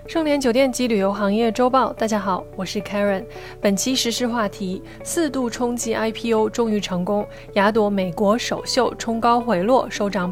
盛联酒店及旅游行业周报，大家好，我是 Karen。本期时事话题：4度冲击 IPO 终于成功，雅朵美国首秀冲高回落，收涨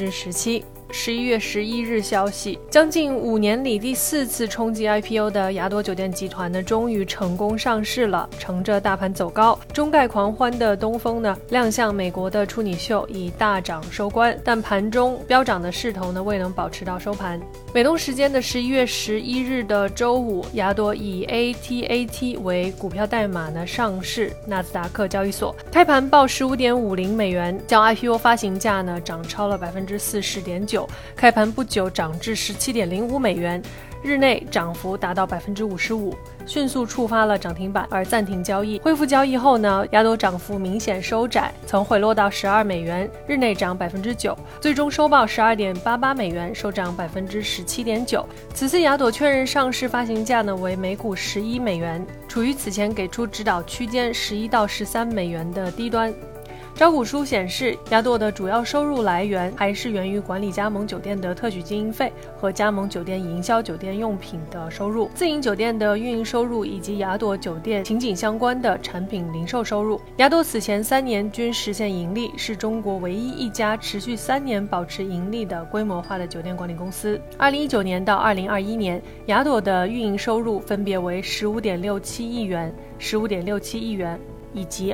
17%。11月11日消息，将近5年里第4次冲击 IPO 的雅朵酒店集团呢，终于成功上市了。乘着大盘走高，中概狂欢的东风呢，亮相美国的处女秀，以大涨收官，但盘中飙涨的势头呢，未能保持到收盘。美东时间的11月11日的周五，雅朵以 ATAT 为股票代码呢上市纳斯达克交易所，开盘报15.50美元，较 IPO 发行价呢涨超了40.9%，开盘不久涨至17.05美元，日内涨幅达到55%，迅速触发了涨停板而暂停交易。恢复交易后呢，雅朵涨幅明显收窄，曾回落到12美元，日内涨9%，最终收报12.88美元，收涨17.9%。此次雅朵确认上市发行价呢为每股11美元，处于此前给出指导区间11到13美元的低端。招股书显示，雅朵的主要收入来源还是源于管理加盟酒店的特许经营费和加盟酒店营销酒店用品的收入，自营酒店的运营收入以及雅朵酒店情景相关的产品零售收入。雅朵此前3年均实现盈利，是中国唯一一家持续3年保持盈利的规模化的酒店管理公司。2019年到2021年，雅朵的运营收入分别为15.67亿元、15.67亿元。以及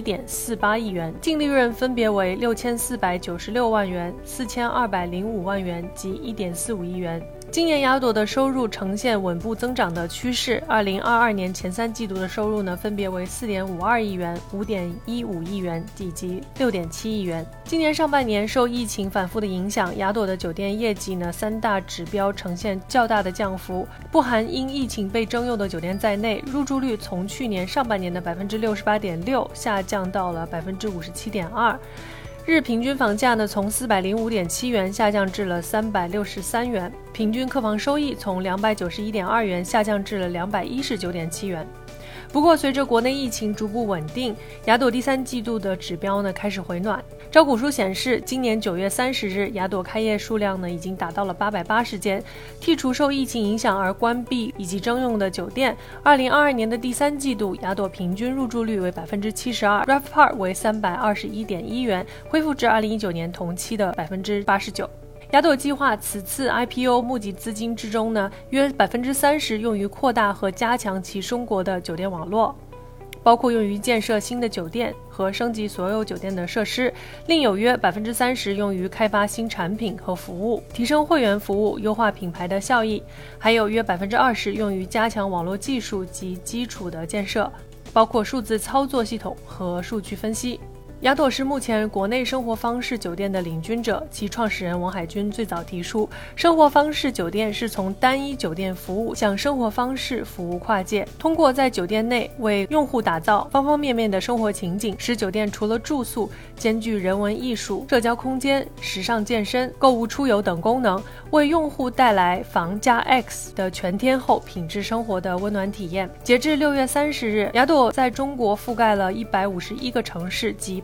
21.48亿元，净利润分别为6496万元、4205万元及1.45亿元。今年雅朵的收入呈现稳步增长的趋势，2022年前3季度的收入呢，分别为4.52亿元、5.15亿元以及6.7亿元。今年上半年受疫情反复的影响，雅朵的酒店业绩呢3大指标呈现较大的降幅，不含因疫情被征用的酒店在内，入住率从去年上半年的68.6%下降到了57.2%。日平均房价呢从405.7元下降至了363元，平均客房收益从291.2元下降至了219.7元。不过随着国内疫情逐步稳定，雅朵第3季度的指标呢开始回暖。招股书显示，今年9月30日，雅朵开业数量呢已经达到了880间，剔除受疫情影响而关闭以及征用的酒店。2022年的第3季度，雅朵平均入住率为72%，RevPAR 为321.1元，恢复至2019年同期的89%。雅朵计划此次 IPO 募集资金之中呢，约30%用于扩大和加强其中国的酒店网络，包括用于建设新的酒店和升级所有酒店的设施，另有约30%用于开发新产品和服务，提升会员服务，优化品牌的效益，还有约20%用于加强网络技术及基础的建设，包括数字操作系统和数据分析。雅朵是目前国内生活方式酒店的领军者，其创始人王海军最早提出，生活方式酒店是从单一酒店服务向生活方式服务跨界，通过在酒店内为用户打造方方面面的生活情景，使酒店除了住宿，兼具人文艺术、社交空间、时尚健身、购物出游等功能，为用户带来房加 X 的全天候品质生活的温暖体验。截至6月30日，雅朵在中国覆盖了151个城市及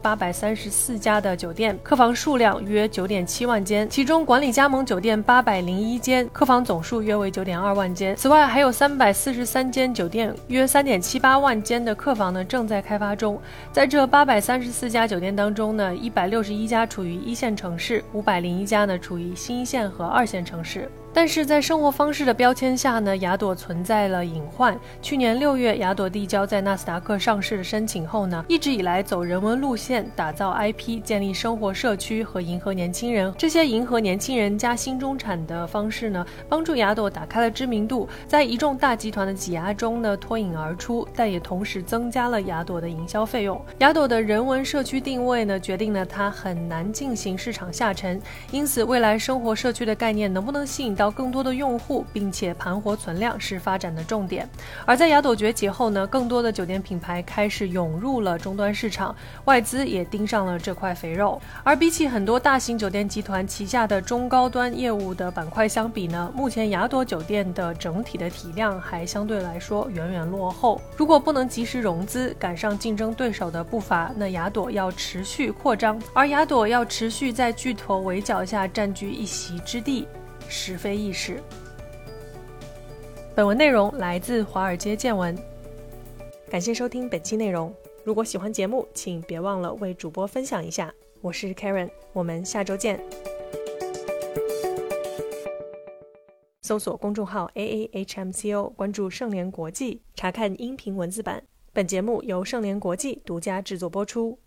834家的酒店，客房数量约9.7万间，其中管理加盟酒店801间，客房总数约为9.2万间。此外还有343间酒店，约3.78万间的客房呢正在开发中。在这834家酒店当中呢，161家处于1线城市，501家呢处于新1线和2线城市。但是在生活方式的标签下呢，雅朵存在了隐患。去年6月，雅朵递交在纳斯达克上市的申请后呢，一直以来走人文路线，打造 IP， 建立生活社区和迎合年轻人。这些迎合年轻人加新中产的方式呢，帮助雅朵打开了知名度，在一众大集团的挤压中呢脱颖而出，但也同时增加了雅朵的营销费用。雅朵的人文社区定位呢，决定了它很难进行市场下沉，因此未来生活社区的概念能不能吸引到更多的用户，并且盘活存量是发展的重点。而在雅朵崛起后呢，更多的酒店品牌开始涌入了终端市场，外资也盯上了这块肥肉。而比起很多大型酒店集团旗下的中高端业务的板块相比呢，目前雅朵酒店的整体的体量还相对来说远远落后。如果不能及时融资，赶上竞争对手的步伐，那雅朵要持续扩张，而雅朵要持续在巨头围剿下占据一席之地，实非易事。 本文内容来自华尔街见闻。感谢收听本期内容，如果喜欢节目，请别忘了为主播分享一下。我是 Karen， 我们下周见。搜索公众号 AAHMCO， 关注盛联国际，查看音频文字版。本节目由盛联国际独家制作播出。